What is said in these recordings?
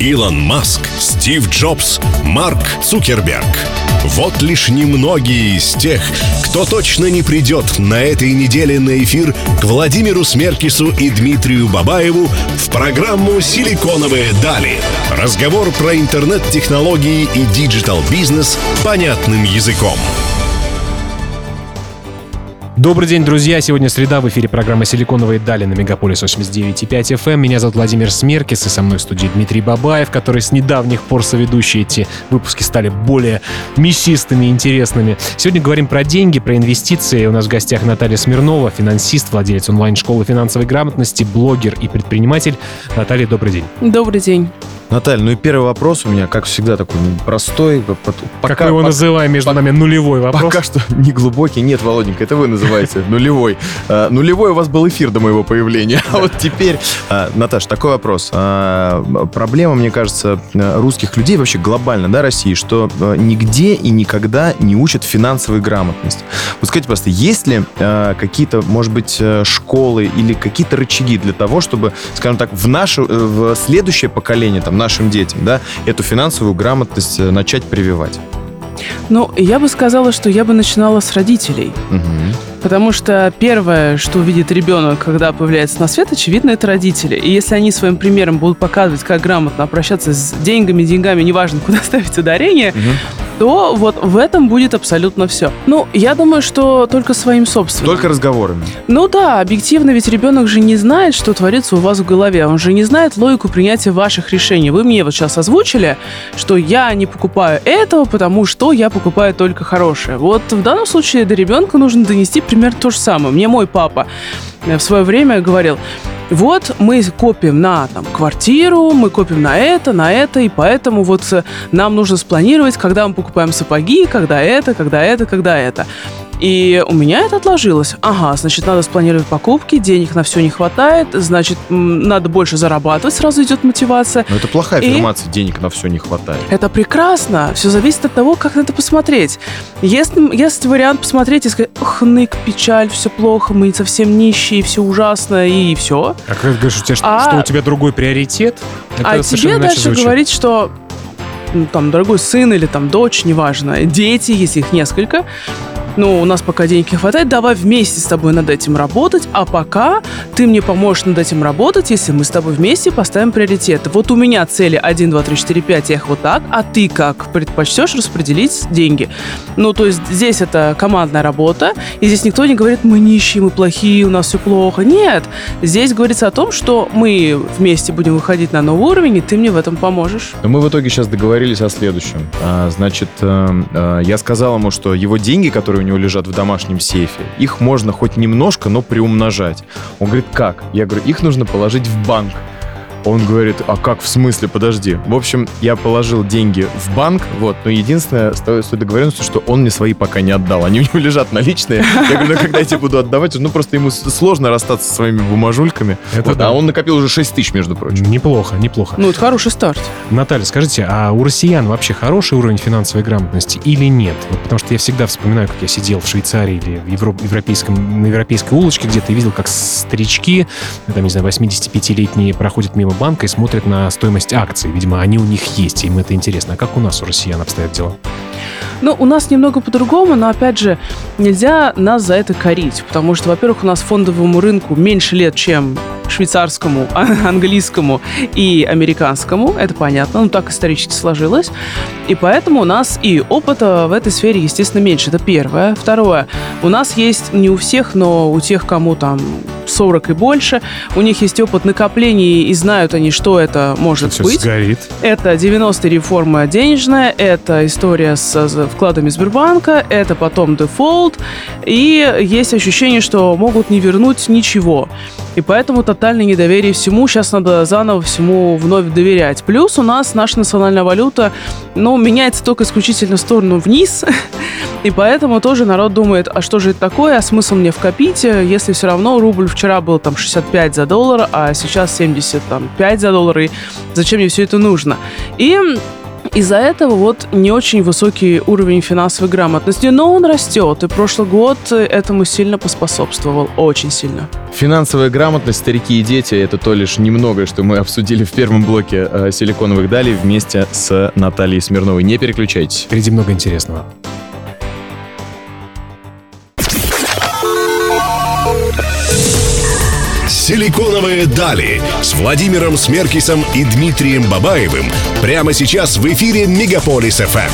Илон Маск, Стив Джобс, Марк Цукерберг. Вот лишь немногие из тех, кто точно не придет на этой неделе на эфир к Владимиру Смеркису и Дмитрию Бабаеву в программу «Силиконовые дали». Разговор про интернет-технологии и диджитал-бизнес понятным языком. Добрый день, друзья! Сегодня среда, в эфире программа «Силиконовые дали» на Мегаполис 89.5 FM. Меня зовут Владимир Смеркис, и со мной в студии Дмитрий Бабаев, который с недавних пор соведущий. Эти выпуски стали более мясистыми и интересными. Сегодня говорим про деньги, про инвестиции. У нас в гостях Наталья Смирнова, финансист, владелец онлайн-школы финансовой грамотности, блогер и предприниматель. Наталья, добрый день. Добрый день. Наталья, ну и первый вопрос у меня, как всегда, такой простой. Как мы его называем между нами? Нулевой вопрос? Пока что не глубокий. Нет, Володенька, это вы называете нулевой. Нулевой у вас был эфир до моего появления. А вот теперь, Наташ, такой вопрос. Проблема, мне кажется, русских людей, вообще глобально, да, России, что нигде и никогда не учат финансовой грамотности. Вот скажите, просто, есть ли какие-то, может быть, школы или какие-то рычаги для того, чтобы, скажем так, в следующее поколение, там, нашим детям, да, эту финансовую грамотность начать прививать? Ну, я бы сказала, что я бы начинала с родителей. Угу. Потому что первое, что увидит ребенок, когда появляется на свет, очевидно, это родители. И если они своим примером будут показывать, как грамотно обращаться с деньгами, неважно, куда ставить ударение, то вот в этом будет абсолютно все. Ну, я думаю, что только своим собственным. Только разговорами. Ну да, объективно, ведь ребенок же не знает, что творится у вас в голове. Он же не знает логику принятия ваших решений. Вы мне вот сейчас озвучили, что я не покупаю этого, потому что я покупаю только хорошее. Вот в данном случае до ребенка нужно донести примерно то же самое. Мне мой папа в свое время говорил: вот мы копим на квартиру, мы копим на это, и поэтому вот нам нужно спланировать, когда мы покупаем сапоги, когда это. И у меня это отложилось. Ага, значит, надо спланировать покупки, денег на все не хватает, значит, надо больше зарабатывать, сразу идет мотивация. Но это плохая аффирмация, денег на все не хватает. Это прекрасно, все зависит от того, как на это посмотреть. Если вариант посмотреть и сказать: ох, нык, печаль, все плохо, мы совсем нищие, все ужасно, и все. А как ты говоришь, что у тебя другой приоритет? Это тебе дальше говорить, что дорогой сын или дочь, неважно, дети, если их несколько, у нас пока денег не хватает, давай вместе с тобой над этим работать, а пока ты мне поможешь над этим работать, если мы с тобой вместе поставим приоритеты. Вот у меня цели 1, 2, 3, 4, 5, я их вот так, а ты как предпочтешь распределить деньги? То есть здесь это командная работа, и здесь никто не говорит: мы нищие, мы плохие, у нас все плохо. Нет, здесь говорится о том, что мы вместе будем выходить на новый уровень, и ты мне в этом поможешь. Но мы в итоге сейчас договорились о следующем. Значит, я сказал ему, что его деньги, которые у него лежат в домашнем сейфе, их можно хоть немножко, но приумножать. Он говорит: как? Я говорю: их нужно положить в банк. Он говорит: а как, в смысле, подожди. В общем, я положил деньги в банк, но единственное, с той договоренностью, что он мне свои пока не отдал. Они у него лежат наличные. Я говорю: когда я тебе буду отдавать? Просто ему сложно расстаться со своими бумажульками. А он накопил уже 6 тысяч, между прочим. Неплохо. Это хороший старт. Наталья, скажите, а у россиян вообще хороший уровень финансовой грамотности или нет? Потому что я всегда вспоминаю, как я сидел в Швейцарии или на европейской улочке где-то и видел, как старички, 85-летние, проходят мимо банка и смотрят на стоимость акций. Видимо, они у них есть, и им это интересно. А как у нас, у россиян, обстоят дела? У нас немного по-другому, но, опять же, нельзя нас за это корить, потому что, во-первых, у нас фондовому рынку меньше лет, чем швейцарскому, английскому и американскому. Это понятно, так исторически сложилось. И поэтому у нас и опыта в этой сфере, естественно, меньше. Это первое. Второе. У нас есть, не у всех, но у тех, кому 40 и больше, у них есть опыт накоплений, и знают они, что это может все быть. Сгорит. Это 90-е реформа денежная, это история с вкладами Сбербанка, это потом дефолт, и есть ощущение, что могут не вернуть ничего. И поэтому тотальное недоверие всему. Сейчас надо заново всему вновь доверять. Плюс у нас наша национальная валюта, меняется только исключительно в сторону вниз. И поэтому тоже народ думает: а что же это такое, а смысл мне вкопить, если все равно рубль вчера был 65 за доллар, а сейчас 75 за доллар, и зачем мне все это нужно? И Из-за этого вот не очень высокий уровень финансовой грамотности, но он растет, и прошлый год этому сильно поспособствовал, очень сильно. Финансовая грамотность, старики и дети — это то лишь немногое, что мы обсудили в первом блоке «Силиконовых далей» вместе с Натальей Смирновой. Не переключайтесь. Впереди много интересного. «Силиконовые дали» с Владимиром Смеркисом и Дмитрием Бабаевым прямо сейчас в эфире Мегаполис FM.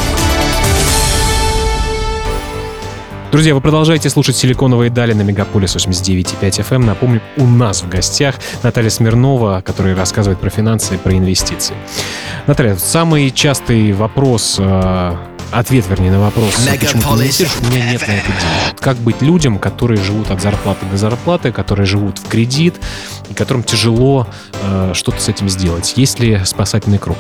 Друзья, вы продолжаете слушать «Силиконовые дали» на Мегаполис 89.5 FM. Напомню, у нас в гостях Наталья Смирнова, которая рассказывает про финансы и про инвестиции. Наталья, самый частый вопрос, ответ, вернее, на вопрос, почему ты инвестируешь, у меня нет на это денег. Как быть людям, которые живут от зарплаты до зарплаты, которые живут в кредит, и которым тяжело что-то с этим сделать? Есть ли спасательный круг?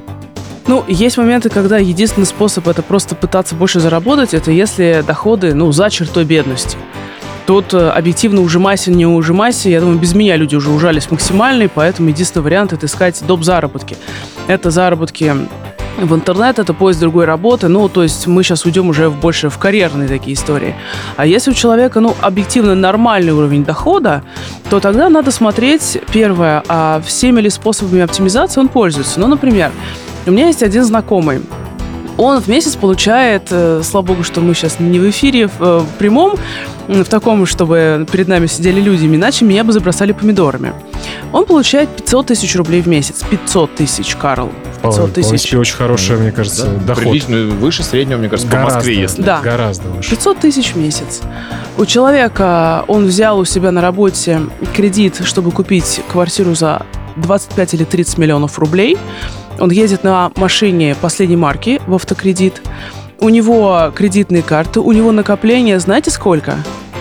Ну, есть моменты, когда единственный способ это просто пытаться больше заработать, это если доходы, за чертой бедности. Тут объективно ужимайся, не ужимайся. Я думаю, без меня люди уже ужались максимально, и поэтому единственный вариант это искать доп. Заработки. Это заработки в интернет, это поиск другой работы. То есть мы сейчас уйдем уже больше в карьерные такие истории. А если у человека, объективно нормальный уровень дохода, то тогда надо смотреть, первое, а всеми ли способами оптимизации он пользуется. Например, у меня есть один знакомый. Он в месяц получает, слава богу, что мы сейчас не в эфире, в прямом, в таком, чтобы перед нами сидели люди, иначе меня бы забросали помидорами. Он получает 500 тысяч рублей в месяц. 500 тысяч, Карл. 500 тысяч. В принципе, очень хороший, мне кажется, доход. Прилично выше среднего, мне кажется, гораздо, по Москве, если. Да. Гораздо выше. 500 тысяч в месяц. У человека, он взял у себя на работе кредит, чтобы купить квартиру за 25 или 30 миллионов рублей. Он едет на машине последней марки в автокредит. У него кредитные карты, у него накопление, знаете сколько?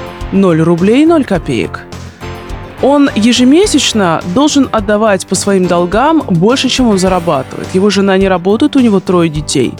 0 рублей, 0 копеек. Он ежемесячно должен отдавать по своим долгам больше, чем он зарабатывает. Его жена не работает, у него 3 детей.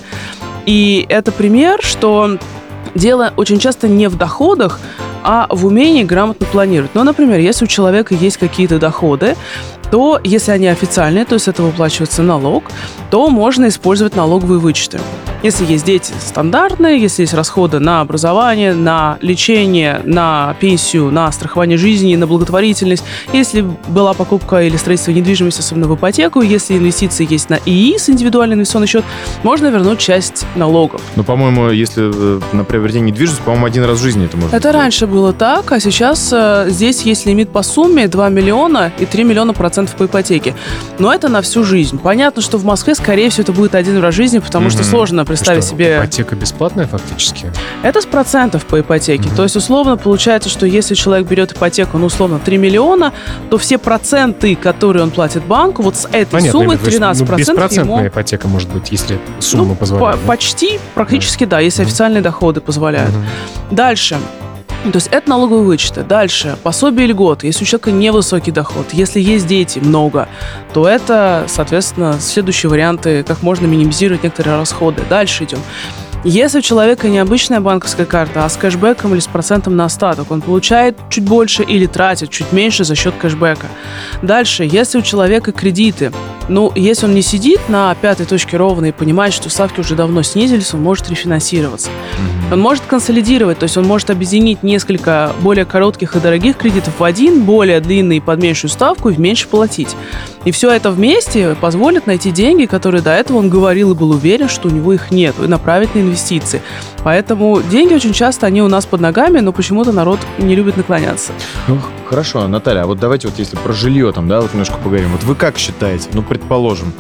И это пример, что дело очень часто не в доходах, а в умении грамотно планировать. Например, если у человека есть какие-то доходы, то если они официальные, то есть с этого выплачивается налог, то можно использовать налоговые вычеты. Если есть дети стандартные, если есть расходы на образование, на лечение, на пенсию, на страхование жизни, на благотворительность, если была покупка или строительство недвижимости, особенно в ипотеку, если инвестиции есть на ИИС, индивидуальный инвестиционный счет, можно вернуть часть налогов. По-моему, если на приобретение недвижимости, по-моему, один раз в жизни это можно Это сделать. Раньше было так, а сейчас здесь есть лимит по сумме 2 миллиона и 3 миллиона процентов по ипотеке. Но это на всю жизнь. Понятно, что в Москве, скорее всего, это будет один раз в жизни, потому что сложно представить себе... Ипотека бесплатная фактически? Это с процентов по ипотеке. То есть, условно, получается, что если человек берет ипотеку, условно, 3 миллиона, то все проценты, которые он платит банку, вот с этой суммы 13% беспроцентная ипотека может быть, если сумма позволяет. Почти, практически, да, если официальные доходы позволяют. Дальше. То есть это налоговые вычеты. Дальше, пособие и льготы. Если у человека невысокий доход, если есть дети много, то это, соответственно, следующие варианты, как можно минимизировать некоторые расходы. Дальше идем. Если у человека не обычная банковская карта, а с кэшбэком или с процентом на остаток, он получает чуть больше или тратит чуть меньше за счет кэшбэка. Дальше, если у человека кредиты, если он не сидит на пятой точке ровно и понимает, что ставки уже давно снизились, он может рефинансироваться. Он может консолидировать, то есть он может объединить несколько более коротких и дорогих кредитов в один, более длинный под меньшую ставку и меньше платить. И все это вместе позволит найти деньги, которые до этого он говорил и был уверен, что у него их нет, и направить на инвестиции. Поэтому деньги очень часто, они у нас под ногами, но почему-то народ не любит наклоняться. Хорошо, Наталья, вот давайте если про жилье немножко поговорим. Вот вы как считаете, предположим,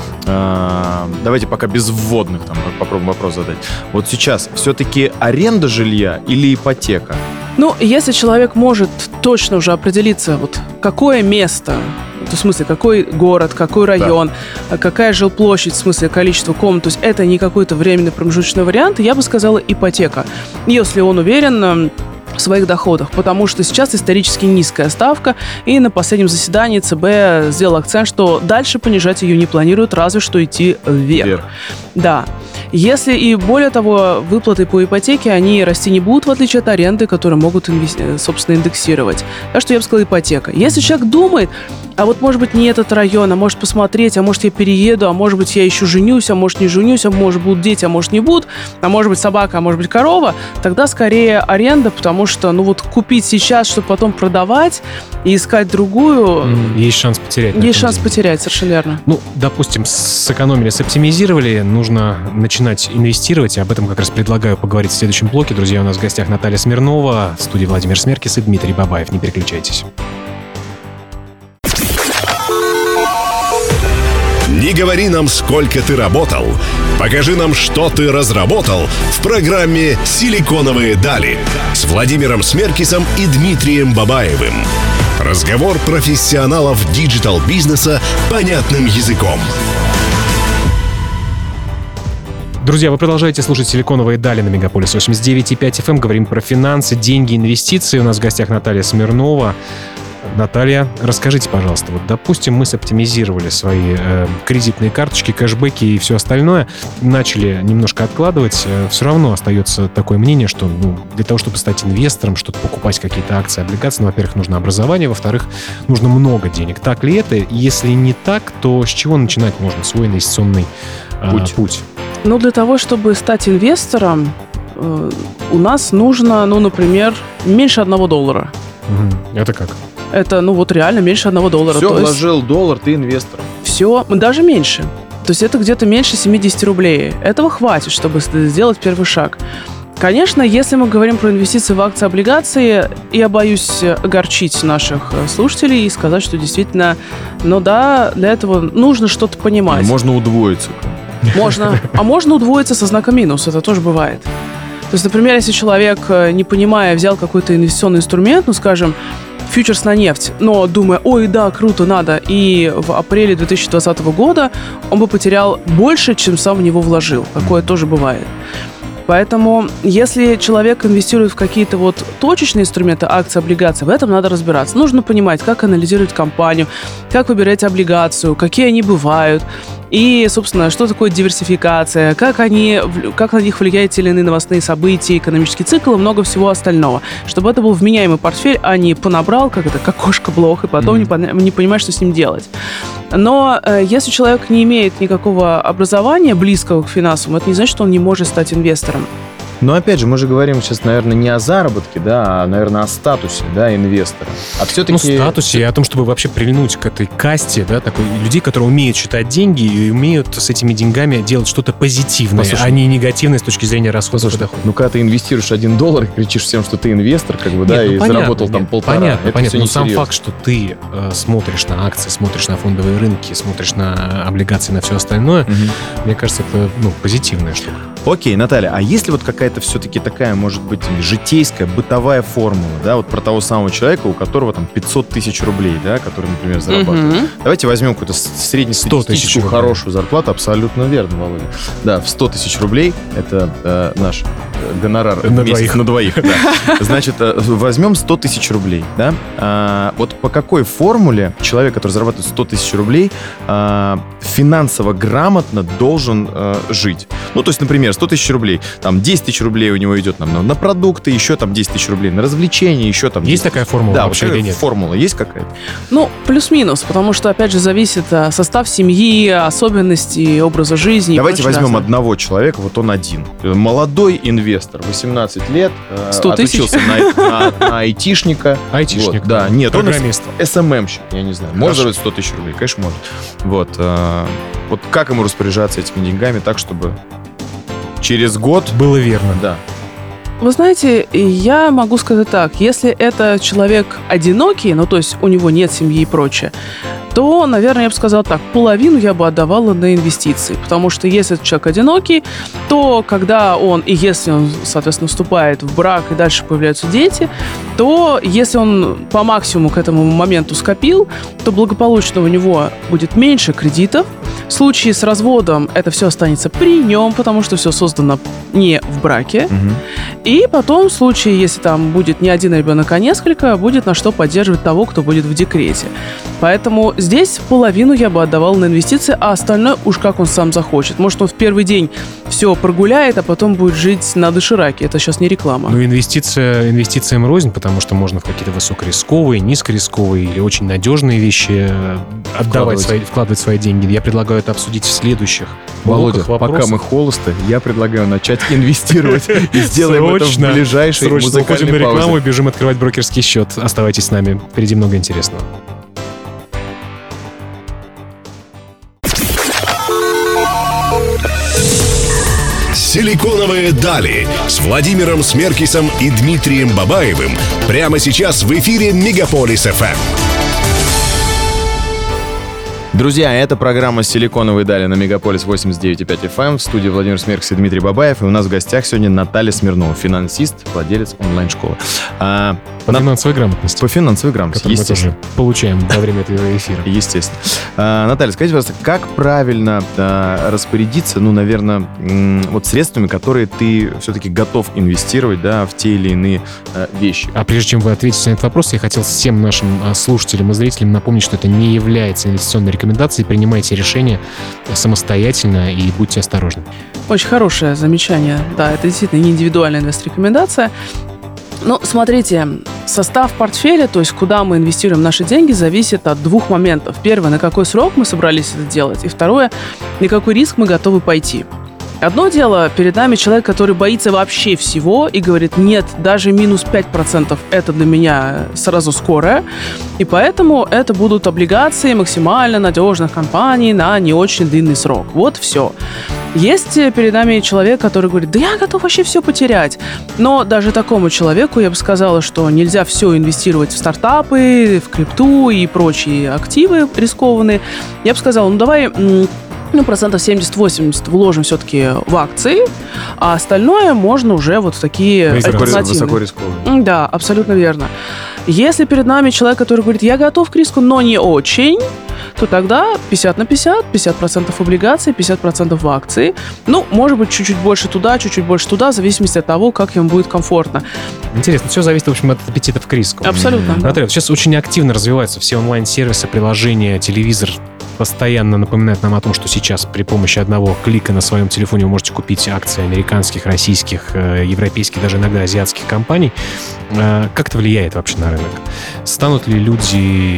давайте пока без вводных попробуем вопрос задать. Вот сейчас все-таки аренда жилья или ипотека? Если человек может точно уже определиться, какое место, в смысле, какой город, какой район, какая жилплощадь, в смысле, количество комнат, то есть это не какой-то временный промежуточный вариант, я бы сказала ипотека. Если он уверен в своих доходах, потому что сейчас исторически низкая ставка, и на последнем заседании ЦБ сделал акцент, что дальше понижать ее не планируют, разве что идти вверх. Да. Если и более того, выплаты по ипотеке, они расти не будут, в отличие от аренды, которые могут, собственно, индексировать. Так что я бы сказала ипотека. Если человек думает, а вот, может быть, не этот район, а может посмотреть, а может я перееду, а может быть я еще женюсь, а может не женюсь, а может будут дети, а может не будут, а может быть собака, а может быть корова, тогда скорее аренда, потому что, купить сейчас, чтобы потом продавать и искать другую... Есть шанс потерять. Есть шанс потерять, совершенно верно. Допустим, сэкономили, соптимизировали, нужно начинать инвестировать, и об этом как раз предлагаю поговорить в следующем блоке. Друзья, у нас в гостях Наталья Смирнова, в студии Владимир Смеркис и Дмитрий Бабаев. Не переключайтесь. Не говори нам, сколько ты работал. Покажи нам, что ты разработал в программе «Силиконовые дали» с Владимиром Смеркисом и Дмитрием Бабаевым. Разговор профессионалов диджитал-бизнеса понятным языком. Друзья, вы продолжаете слушать «Силиконовые дали» на Мегаполис 89.5 FM. Говорим про финансы, деньги, инвестиции. У нас в гостях Наталья Смирнова. Наталья, расскажите, пожалуйста, допустим, мы соптимизировали свои кредитные карточки, кэшбэки и все остальное, начали немножко откладывать, все равно остается такое мнение, что для того, чтобы стать инвестором, что-то покупать, какие-то акции, облигации, во-первых, нужно образование, во-вторых, нужно много денег. Так ли это? Если не так, то с чего начинать можно свой инвестиционный путь? Для того, чтобы стать инвестором, у нас нужно, например, меньше $1. Это как? Это, реально меньше $1. Все, вложил $1, ты инвестор. Все, даже меньше. То есть это где-то меньше 70 рублей. Этого хватит, чтобы сделать первый шаг. Конечно, если мы говорим про инвестиции в акции, облигации, я боюсь огорчить наших слушателей и сказать, что действительно, для этого нужно что-то понимать. Можно удвоиться. Можно. А можно удвоиться со знаком минус, это тоже бывает. То есть, например, если человек, не понимая, взял какой-то инвестиционный инструмент, скажем, фьючерс на нефть, но думая, ой, да, круто, надо, и в апреле 2020 года он бы потерял больше, чем сам в него вложил. Такое тоже бывает. Поэтому, если человек инвестирует в какие-то точечные инструменты, акции, облигации, в этом надо разбираться. Нужно понимать, как анализировать компанию, как выбирать облигацию, какие они бывают, и, собственно, что такое диверсификация, как на них влияют те или иные новостные события, экономический цикл и много всего остального. Чтобы это был вменяемый портфель, а не понабрал, как кошка блох, и потом не понимаешь, что с ним делать. Но если человек не имеет никакого образования близкого к финансам, это не значит, что он не может стать инвестором. Но опять же, мы же говорим сейчас, наверное, не о заработке, а, наверное, о статусе, инвестора. А все-таки... статусе и о том, чтобы вообще прильнуть к этой касте, такой людей, которые умеют считать деньги и умеют с этими деньгами делать что-то позитивное, а не негативное с точки зрения расходов и доходов. Когда ты инвестируешь $1 и кричишь всем, что ты инвестор, заработал там $1,5. Понятно, но сам факт, что ты смотришь на акции, смотришь на фондовые рынки, смотришь на облигации, на все остальное, мне кажется, это позитивная штука. Окей, Наталья, а есть ли какая-то все-таки такая, может быть, житейская, бытовая формула, про того самого человека, у которого там 500 тысяч рублей, который, например, зарабатывает? Давайте возьмем какую-то среднестатистическую хорошую зарплату. Абсолютно верно, Володя. Да, в 100 тысяч рублей, это наш гонорар в месяц на двоих. Значит, возьмем 100 тысяч рублей, по какой формуле человек, который зарабатывает 100 тысяч рублей, финансово грамотно должен жить? То есть, например, 100 тысяч рублей, там 10 тысяч рублей у него идет на продукты, еще там 10 тысяч рублей на развлечения, еще там... Есть такая формула вообще или нет? Формула есть какая-то? Плюс-минус, потому что, опять же, зависит состав семьи, особенности образа жизни. Давайте возьмем одного человека, он один. Молодой инвестор, 18 лет, отучился на айтишника. Айтишник, да. Нет, программист. Он СММщик, я не знаю. Может заработать 100 тысяч рублей? Конечно, может. Как ему распоряжаться этими деньгами так, чтобы через год... Было верно. Да. Вы знаете, я могу сказать так. Если это человек одинокий, то есть у него нет семьи и прочее, то, наверное, я бы сказала так, половину я бы отдавала на инвестиции. Потому что если этот человек одинокий, то когда если он, соответственно, вступает в брак и дальше появляются дети, то если он по максимуму к этому моменту скопил, то благополучно у него будет меньше кредитов, В случае с разводом это все останется при нем, потому что все создано не в браке. И потом, в случае, если там будет не один ребенок, а несколько, будет на что поддерживать того, кто будет в декрете. Поэтому здесь половину я бы отдавал на инвестиции, а остальное уж как он сам захочет. Может, он в первый день все прогуляет, а потом будет жить на дошираке. Это сейчас не реклама. Ну, инвестициям рознь, потому что можно в какие-то высокорисковые, низкорисковые или очень надежные вещи вкладывать свои деньги. Я предлагаю это обсудить в следующих Володя, блоках вопросов. пока мы холосты, я предлагаю начать инвестировать и сделаем это в ближайшей музыкальной уходим на паузе. рекламу и бежим открывать брокерский счет. Оставайтесь с нами, впереди много интересного. Силиконовые дали с Владимиром Смеркисом и Дмитрием Бабаевым прямо сейчас в эфире Мегаполис FM. Друзья, это программа «Силиконовые дали» на Мегаполис 89.5 FM. В студии Владимир Смеркис и Дмитрий Бабаев. И у нас в гостях сегодня Наталья Смирнова, финансист, владелец онлайн-школы. По финансовой грамотности. По финансовой грамотности, которую мы тоже получаем во время этого эфира. Естественно. Наталья, скажите, пожалуйста, как правильно распорядиться, наверное, вот средствами, которые ты все-таки готов инвестировать, да, в те или иные вещи? А прежде чем вы ответите на этот вопрос, я хотел всем нашим слушателям и зрителям напомнить, что это не является инвестиционной рекомендацией. Принимайте решения самостоятельно и будьте осторожны. Очень хорошее замечание. Да, это действительно не индивидуальная инвест-рекомендация. Ну, смотрите, состав портфеля, то есть куда мы инвестируем наши деньги, зависит от двух моментов. Первое, на какой срок мы собрались это делать. И второе, на какой риск мы готовы пойти. Одно дело, перед нами человек, который боится вообще всего и говорит, нет, даже минус 5% это для меня сразу скорое, и поэтому это будут облигации максимально надежных компаний на не очень длинный срок. Вот все. Есть перед нами человек, который говорит, да я готов вообще все потерять. Но даже такому человеку я бы сказала, что нельзя все инвестировать в стартапы, в крипту и прочие активы рискованные. Я бы сказала, давай... процентов 70-80 вложим все-таки в акции, а остальное можно уже вот в такие альтернативные. Высокорисковые. Да, абсолютно верно. Если перед нами человек, который говорит, я готов к риску, но не очень, то тогда 50 на 50, 50% облигаций, 50% в акции. Может быть, чуть-чуть больше туда, чуть-чуть больше туда, в зависимости от того, как ему будет комфортно. Интересно, все зависит, в общем, от аппетитов к риску. Абсолютно. Наталья, сейчас очень активно развиваются все онлайн-сервисы, приложения, телевизор постоянно напоминает нам о том, что сейчас при помощи одного клика на своем телефоне вы можете купить акции американских, российских, европейских, даже иногда азиатских компаний. Как это влияет вообще на рынок? Станут ли люди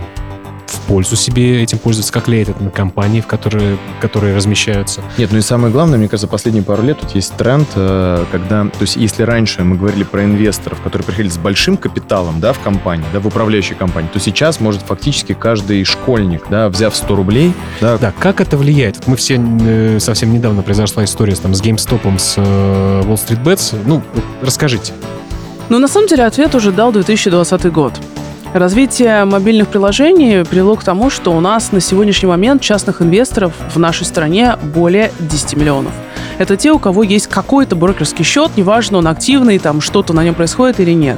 в пользу себе этим пользоваться? Как влияет это на компании, которые размещаются? Нет, и самое главное, мне кажется, последние пару лет тут есть тренд, когда, то есть если раньше мы говорили про инвесторов, которые приходили с большим капиталом, да, в компании, да, в управляющей компании, то сейчас может фактически каждый школьник, да, взяв 100 рублей... Да, как это влияет? Мы все совсем недавно произошла история с GameStop, с Wall Street Bets. Расскажите. На самом деле ответ уже дал 2020 год. Развитие мобильных приложений привело к тому, что у нас на сегодняшний момент частных инвесторов в нашей стране более 10 миллионов. Это те, у кого есть какой-то брокерский счет, неважно, он активный, там что-то на нем происходит или нет.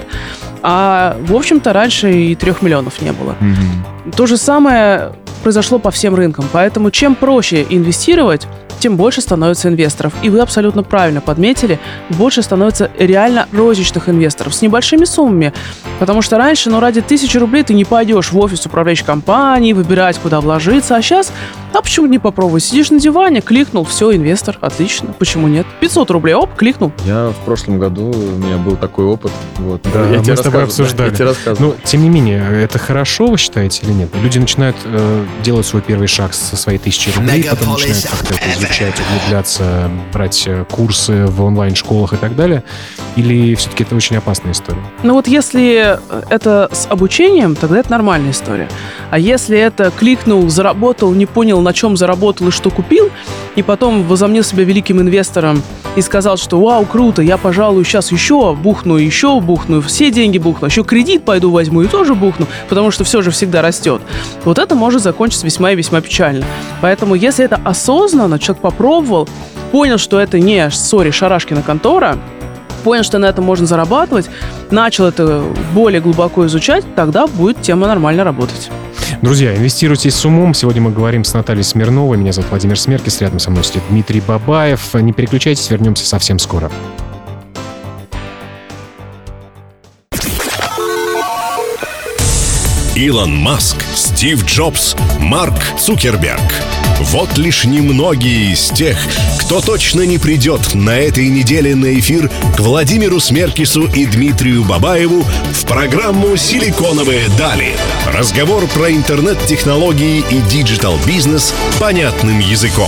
А, в общем-то, раньше и 3 миллионов не было. То же самое произошло по всем рынкам. Поэтому чем проще инвестировать, тем больше становится инвесторов. И вы абсолютно правильно подметили, больше становится реально розничных инвесторов с небольшими суммами. Потому что раньше, ради 1000 рублей ты не пойдешь в офис управляющей компании, выбирать, куда вложиться. А сейчас, почему не попробовать? Сидишь на диване, кликнул, все, инвестор, отлично. Почему нет? 500 рублей, оп, кликнул. Я в прошлом году, у меня был такой опыт. Вот. Да, мы с тобой обсуждали. Тем не менее, это хорошо, вы считаете, или нет? Люди начинают делать свой первый шаг со своей 1000 рублей, потом начинают как-то это изучать, углубляться, брать курсы в онлайн-школах и так далее. Или все-таки это очень опасная история? Если это с обучением, тогда это нормальная история. А если это кликнул, заработал, не понял, на чем заработал и что купил, и потом возомнил себя великим инвестором и сказал, что вау, круто, я, пожалуй, сейчас еще бухну, все деньги бухну, еще кредит пойду возьму и тоже бухну, потому что все же всегда растет. Вот это может закончиться весьма и весьма печально. Поэтому, если это осознанно, человек попробовал, понял, что это не, Шарашкина контора, понял, что на этом можно зарабатывать, начал это более глубоко изучать, тогда будет тема нормально работать. Друзья, инвестируйте с умом. Сегодня мы говорим с Натальей Смирновой. Меня зовут Владимир Смеркис. Рядом со мной сидит Дмитрий Бабаев. Не переключайтесь, вернемся совсем скоро. Илон Маск, Стив Джобс, Марк Цукерберг. Вот лишь немногие из тех, кто точно не придет на этой неделе на эфир к Владимиру Смеркису и Дмитрию Бабаеву в программу «Силиконовые дали». Разговор про интернет-технологии и диджитал-бизнес понятным языком.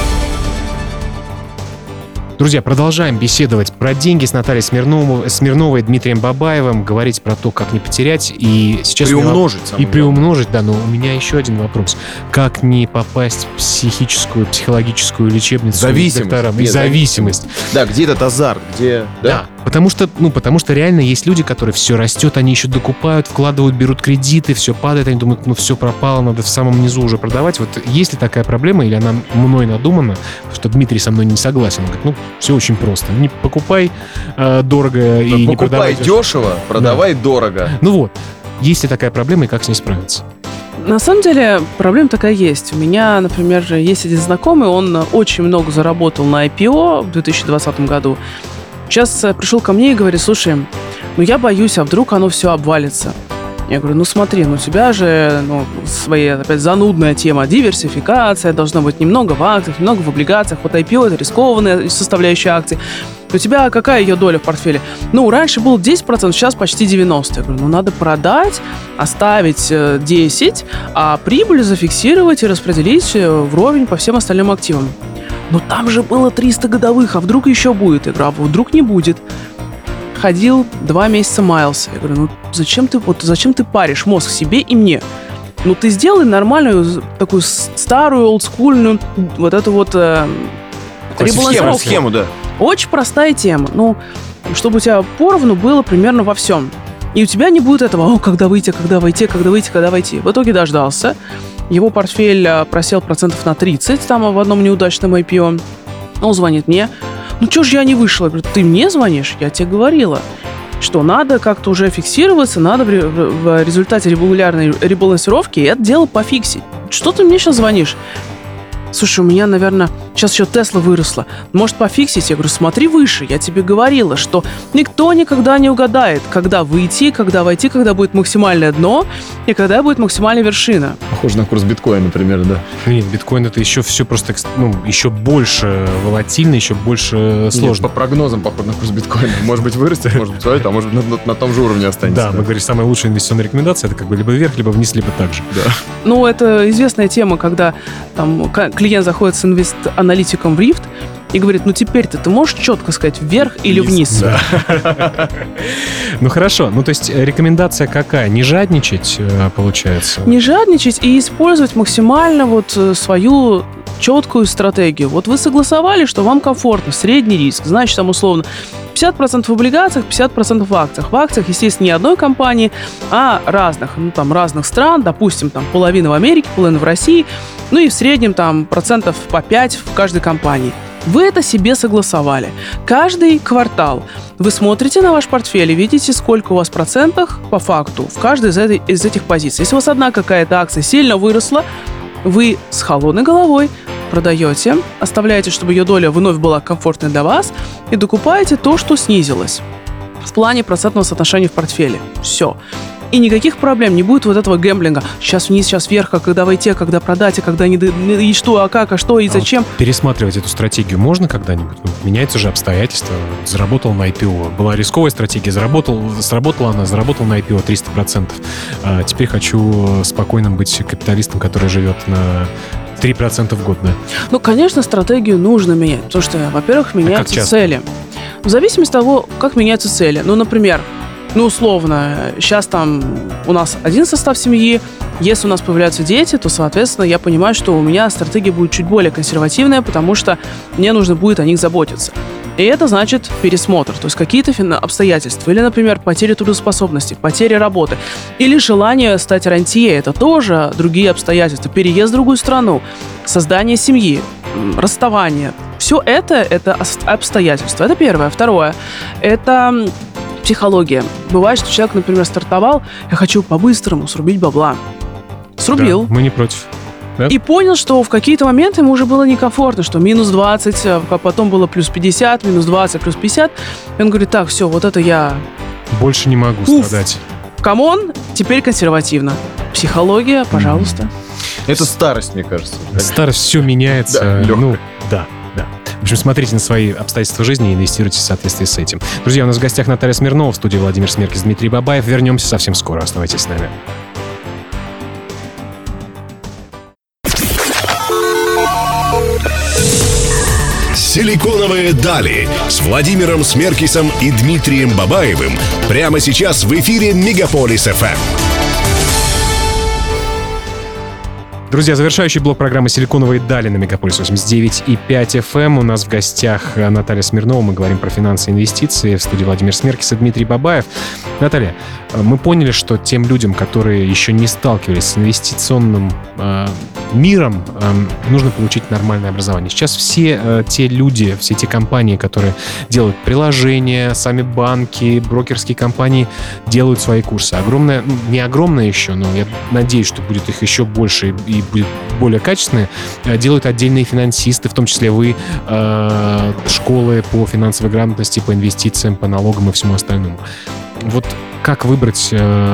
Друзья, продолжаем беседовать про деньги с Натальей Смирновой и Дмитрием Бабаевым, говорить про то, как не потерять и сейчас... Приумножить, да, но у меня еще один вопрос. Как не попасть в психологическую лечебницу? Зависимость. Да, где этот азарт, где... Да. Потому что реально есть люди, которые все растет, они еще докупают, вкладывают, берут кредиты, все падает, они думают, все пропало, надо в самом низу уже продавать. Вот есть ли такая проблема, или она мной надумана, что Дмитрий со мной не согласен? Он говорит, все очень просто. Не покупай дорого и не продавай дешево, продавай дорого. Есть ли такая проблема и как с ней справиться? На самом деле проблема такая есть. У меня, например, есть один знакомый, он очень много заработал на IPO в 2020 году. Сейчас пришел ко мне и говорит, слушай, я боюсь, а вдруг оно все обвалится. Я говорю, смотри, у тебя же своя, опять, занудная тема, диверсификация, должно быть немного в акциях, немного в облигациях. Вот IPO – это рискованная составляющая акций. У тебя какая ее доля в портфеле? Раньше было 10%, сейчас почти 90%. Я говорю, надо продать, оставить 10%, а прибыль зафиксировать и распределить вровень по всем остальным активам. Там же было 300 годовых, а вдруг еще будет? Я говорю, а вдруг не будет? Ходил 2 месяца маялся. Я говорю, зачем ты паришь мозг себе и мне? Ты сделай нормальную, такую старую, олдскульную, схему, да. Очень простая тема. Чтобы у тебя поровну было примерно во всем. И у тебя не будет этого, когда выйти. В итоге дождался. Его портфель просел процентов на 30, там в одном неудачном IPO. Он звонит мне. Чё ж я не вышел? Я говорю, ты мне звонишь? Я тебе говорила, что надо как-то уже фиксироваться, надо в результате регулярной ребалансировки это дело пофиксить. Что ты мне сейчас звонишь? Слушай, у меня, наверное, сейчас еще Тесла выросла. Может, пофиксить? Я говорю, смотри выше. Я тебе говорила, что никто никогда не угадает, когда выйти, когда войти, когда будет максимальное дно и когда будет максимальная вершина. Похоже на курс биткоина, например, да? Нет, биткоин это еще все просто еще больше волатильно, еще больше сложно. Нет, по прогнозам похоже на курс биткоина. Может быть, вырастет, может быть, войдет, а может быть, на том же уровне останется. Да, мы говорим, самая лучшая инвестиционная рекомендация это либо вверх, либо вниз, либо так же. Да. Это известная тема, когда клиент заходит с инвест-аналитиком в Rift и говорит, теперь-то ты можешь четко сказать, вверх или вниз? Да. Хорошо. То есть рекомендация какая? Не жадничать, получается? Не жадничать и использовать максимально свою четкую стратегию. Вы согласовали, что вам комфортно, средний риск. Значит, условно 50% в облигациях, 50% в акциях. В акциях, естественно, не одной компании, а разных. Разных стран. Допустим, половина в Америке, половина в России. И в среднем процентов по 5 в каждой компании. Вы это себе согласовали. Каждый квартал вы смотрите на ваш портфель и видите, сколько у вас процентов по факту в каждой из этих позиций. Если у вас одна какая-то акция сильно выросла, вы с холодной головой продаете, оставляете, чтобы ее доля вновь была комфортной для вас, и докупаете то, что снизилось в плане процентного соотношения в портфеле. Все. И никаких проблем, не будет этого гэмблинга. Сейчас вниз, сейчас вверх, а когда войти, а когда продать, а когда и что, а как, а что, и зачем. Пересматривать эту стратегию можно когда-нибудь? Меняются же обстоятельства. Заработал на IPO. Была рисковая стратегия, сработала на IPO 300%. А теперь хочу спокойным быть капиталистом, который живет на 3% в год, да? Конечно, стратегию нужно менять. Потому что, во-первых, меняются цели. В зависимости от того, как меняются цели. Например, условно, сейчас у нас один состав семьи, если у нас появляются дети, то, соответственно, я понимаю, что у меня стратегия будет чуть более консервативная, потому что мне нужно будет о них заботиться. И это значит пересмотр, то есть какие-то обстоятельства. Или, например, потеря трудоспособности, потеря работы. Или желание стать рантье. Это тоже другие обстоятельства. Переезд в другую страну, создание семьи, расставание. Все это обстоятельства. Это первое. Второе. Это психология. Бывает, что человек, например, стартовал, я хочу по-быстрому срубить бабла. срубил. Да, мы не против. Да? И понял, что в какие-то моменты ему уже было некомфортно, что минус 20, а потом было плюс 50, минус 20, плюс 50. И он говорит, так, все, вот это я... Больше не могу страдать. Камон, теперь консервативно. Психология, пожалуйста. Это старость, мне кажется. Старость, все меняется. Да, Да. В общем, смотрите на свои обстоятельства жизни и инвестируйте в соответствии с этим. Друзья, у нас в гостях Наталья Смирнова, в студии Владимир Смеркис, Дмитрий Бабаев. Вернемся совсем скоро. Оставайтесь с нами. «Силиконовые дали» с Владимиром Смеркисом и Дмитрием Бабаевым прямо сейчас в эфире Мегаполис ФМ. Друзья, завершающий блок программы «Силиконовые дали» на Мегаполис 89,5 FM. У нас в гостях Наталья Смирнова. Мы говорим про финансы и инвестиции. В студии Владимир Смеркис и Дмитрий Бабаев. Наталья, мы поняли, что тем людям, которые еще не сталкивались с инвестиционным миром, нужно получить нормальное образование. Сейчас все те люди, все те компании, которые делают приложения, сами банки, брокерские компании делают свои курсы. Огромное, не огромное еще, но я надеюсь, что будет их еще больше и будет более качественные, делают отдельные финансисты, в том числе вы, школы по финансовой грамотности, по инвестициям, по налогам и всему остальному. Вот как выбрать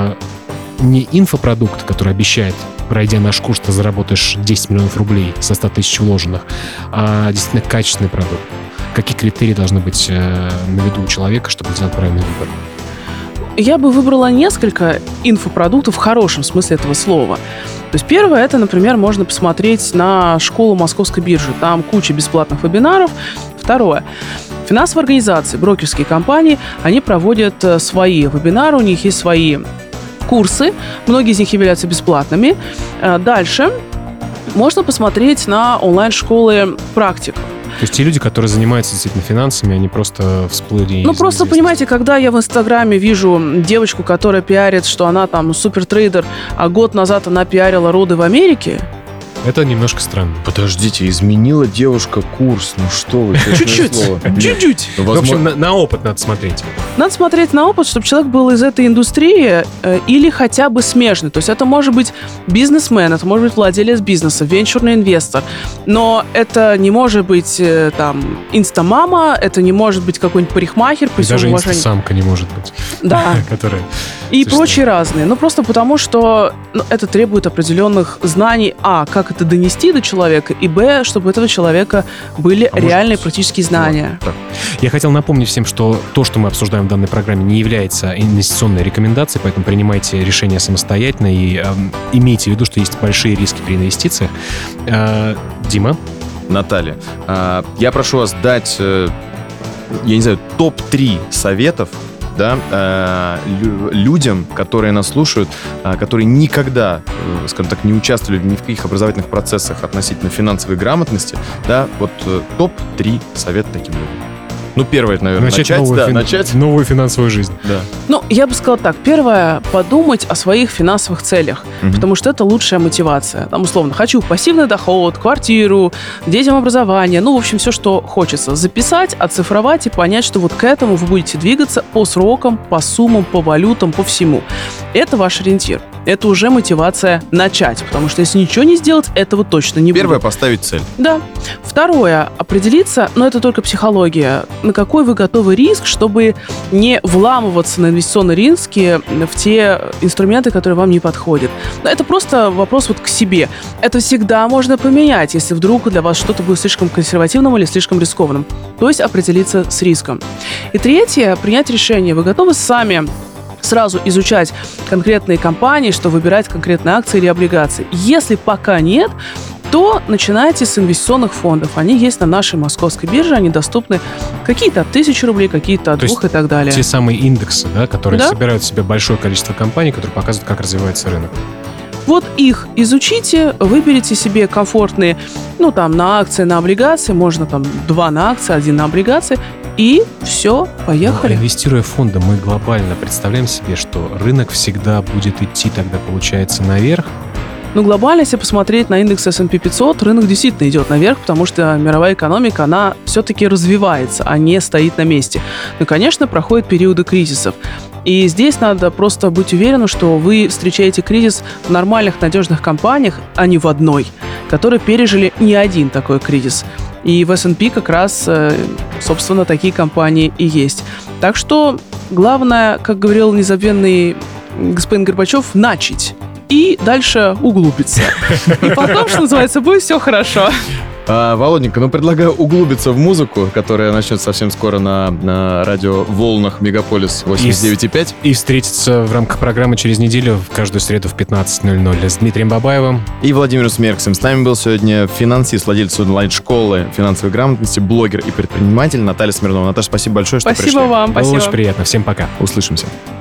не инфопродукт, который обещает, пройдя наш курс, ты заработаешь 10 миллионов рублей со 100 тысяч вложенных, а действительно качественный продукт? Какие критерии должны быть на виду у человека, чтобы сделать правильный выбор? Я бы выбрала несколько инфопродуктов в хорошем смысле этого слова. То есть первое, это, например, можно посмотреть на школу Московской биржи. Там куча бесплатных вебинаров. Второе. Финансовые организации, брокерские компании, они проводят свои вебинары, у них есть свои курсы. Многие из них являются бесплатными. Дальше можно посмотреть на онлайн-школы практиков. То есть те люди, которые занимаются действительно финансами, они просто всплыли. Ну, просто, понимаете, когда я в Инстаграме вижу девочку, которая пиарит, что она там супертрейдер, а год назад она пиарила роды в Америке... Это немножко странно. Подождите, изменила девушка курс. Ну что вы, Чуть-чуть. В общем, на опыт надо смотреть. Надо смотреть на опыт, чтобы человек был из этой индустрии или хотя бы смежный. То есть это может быть бизнесмен, это может быть владелец бизнеса, венчурный инвестор. Но это не может быть там инстамама, это не может быть какой-нибудь парикмахер. И даже инстасамка не может быть. Да. И прочие разные. Ну, просто потому, что это требует определенных знаний. А, как это донести до человека, и б, чтобы у этого человека были реальные практические знания. Я хотел напомнить всем, что то, что мы обсуждаем в данной программе, не является инвестиционной рекомендацией, поэтому принимайте решения самостоятельно и имейте в виду, что есть большие риски при инвестициях. Дима? Наталья, я прошу вас дать, я не знаю, топ-3 советов, да, людям, которые нас слушают, которые никогда, скажем так, не участвовали ни в каких образовательных процессах относительно финансовой грамотности, да, вот топ-3 совета таким людям. Ну, первое, это, наверное, начать новую финансовую жизнь. Да. Ну, я бы сказала так. Первое, подумать о своих финансовых целях, потому что это лучшая мотивация. Там, условно, хочу пассивный доход, квартиру, детям образование, ну, в общем, все, что хочется. Записать, оцифровать и понять, что вот к этому вы будете двигаться по срокам, по суммам, по валютам, по всему. Это ваш ориентир. Это уже мотивация начать, потому что если ничего не сделать, этого точно не будет. Первое, поставить цель. Да. Второе, определиться, но это только психология, на какой вы готовы риск, чтобы не вламываться на инвестиционные риски в те инструменты, которые вам не подходят. Это просто вопрос вот к себе. Это всегда можно поменять, если вдруг для вас что-то будет слишком консервативным или слишком рискованным. То есть определиться с риском. И третье, принять решение. Вы готовы сами сразу изучать конкретные компании, что выбирать конкретные акции или облигации? Если пока нет, то начинайте с инвестиционных фондов. Они есть на нашей московской бирже, они доступны какие-то от 1000 рублей, какие-то от 2 и так далее. Те самые индексы, да, которые собирают в себе большое количество компаний, которые показывают, как развивается рынок. Вот их изучите, выберите себе комфортные, ну там на акции, на облигации, можно там 2 на акции, 1 на облигации, и все, поехали. Но инвестируя в фонды, мы глобально представляем себе, что рынок всегда будет идти тогда, получается, наверх. Ну, глобально, если посмотреть на индекс S&P 500, рынок действительно идет наверх, потому что мировая экономика, она все-таки развивается, а не стоит на месте. Ну, конечно, проходят периоды кризисов. И здесь надо просто быть уверенным, что вы встречаете кризис в нормальных, надежных компаниях, а не в одной, которые пережили не один такой кризис. И в S&P как раз, собственно, такие компании и есть. Так что главное, как говорил незабвенный господин Горбачев, начать. И дальше углубиться. И потом, что называется, будет все хорошо. Володенька, предлагаю углубиться в музыку, которая начнется совсем скоро на радиоволнах Мегаполис 89,5. И встретиться в рамках программы через неделю в каждую среду в 15:00 с Дмитрием Бабаевым И Владимиром Смерксом. С нами был сегодня финансист, владелец онлайн-школы финансовой грамотности, блогер и предприниматель Наталья Смирнова. Наташа, спасибо большое, что пришли. Спасибо вам. Было очень приятно. Всем пока. Услышимся.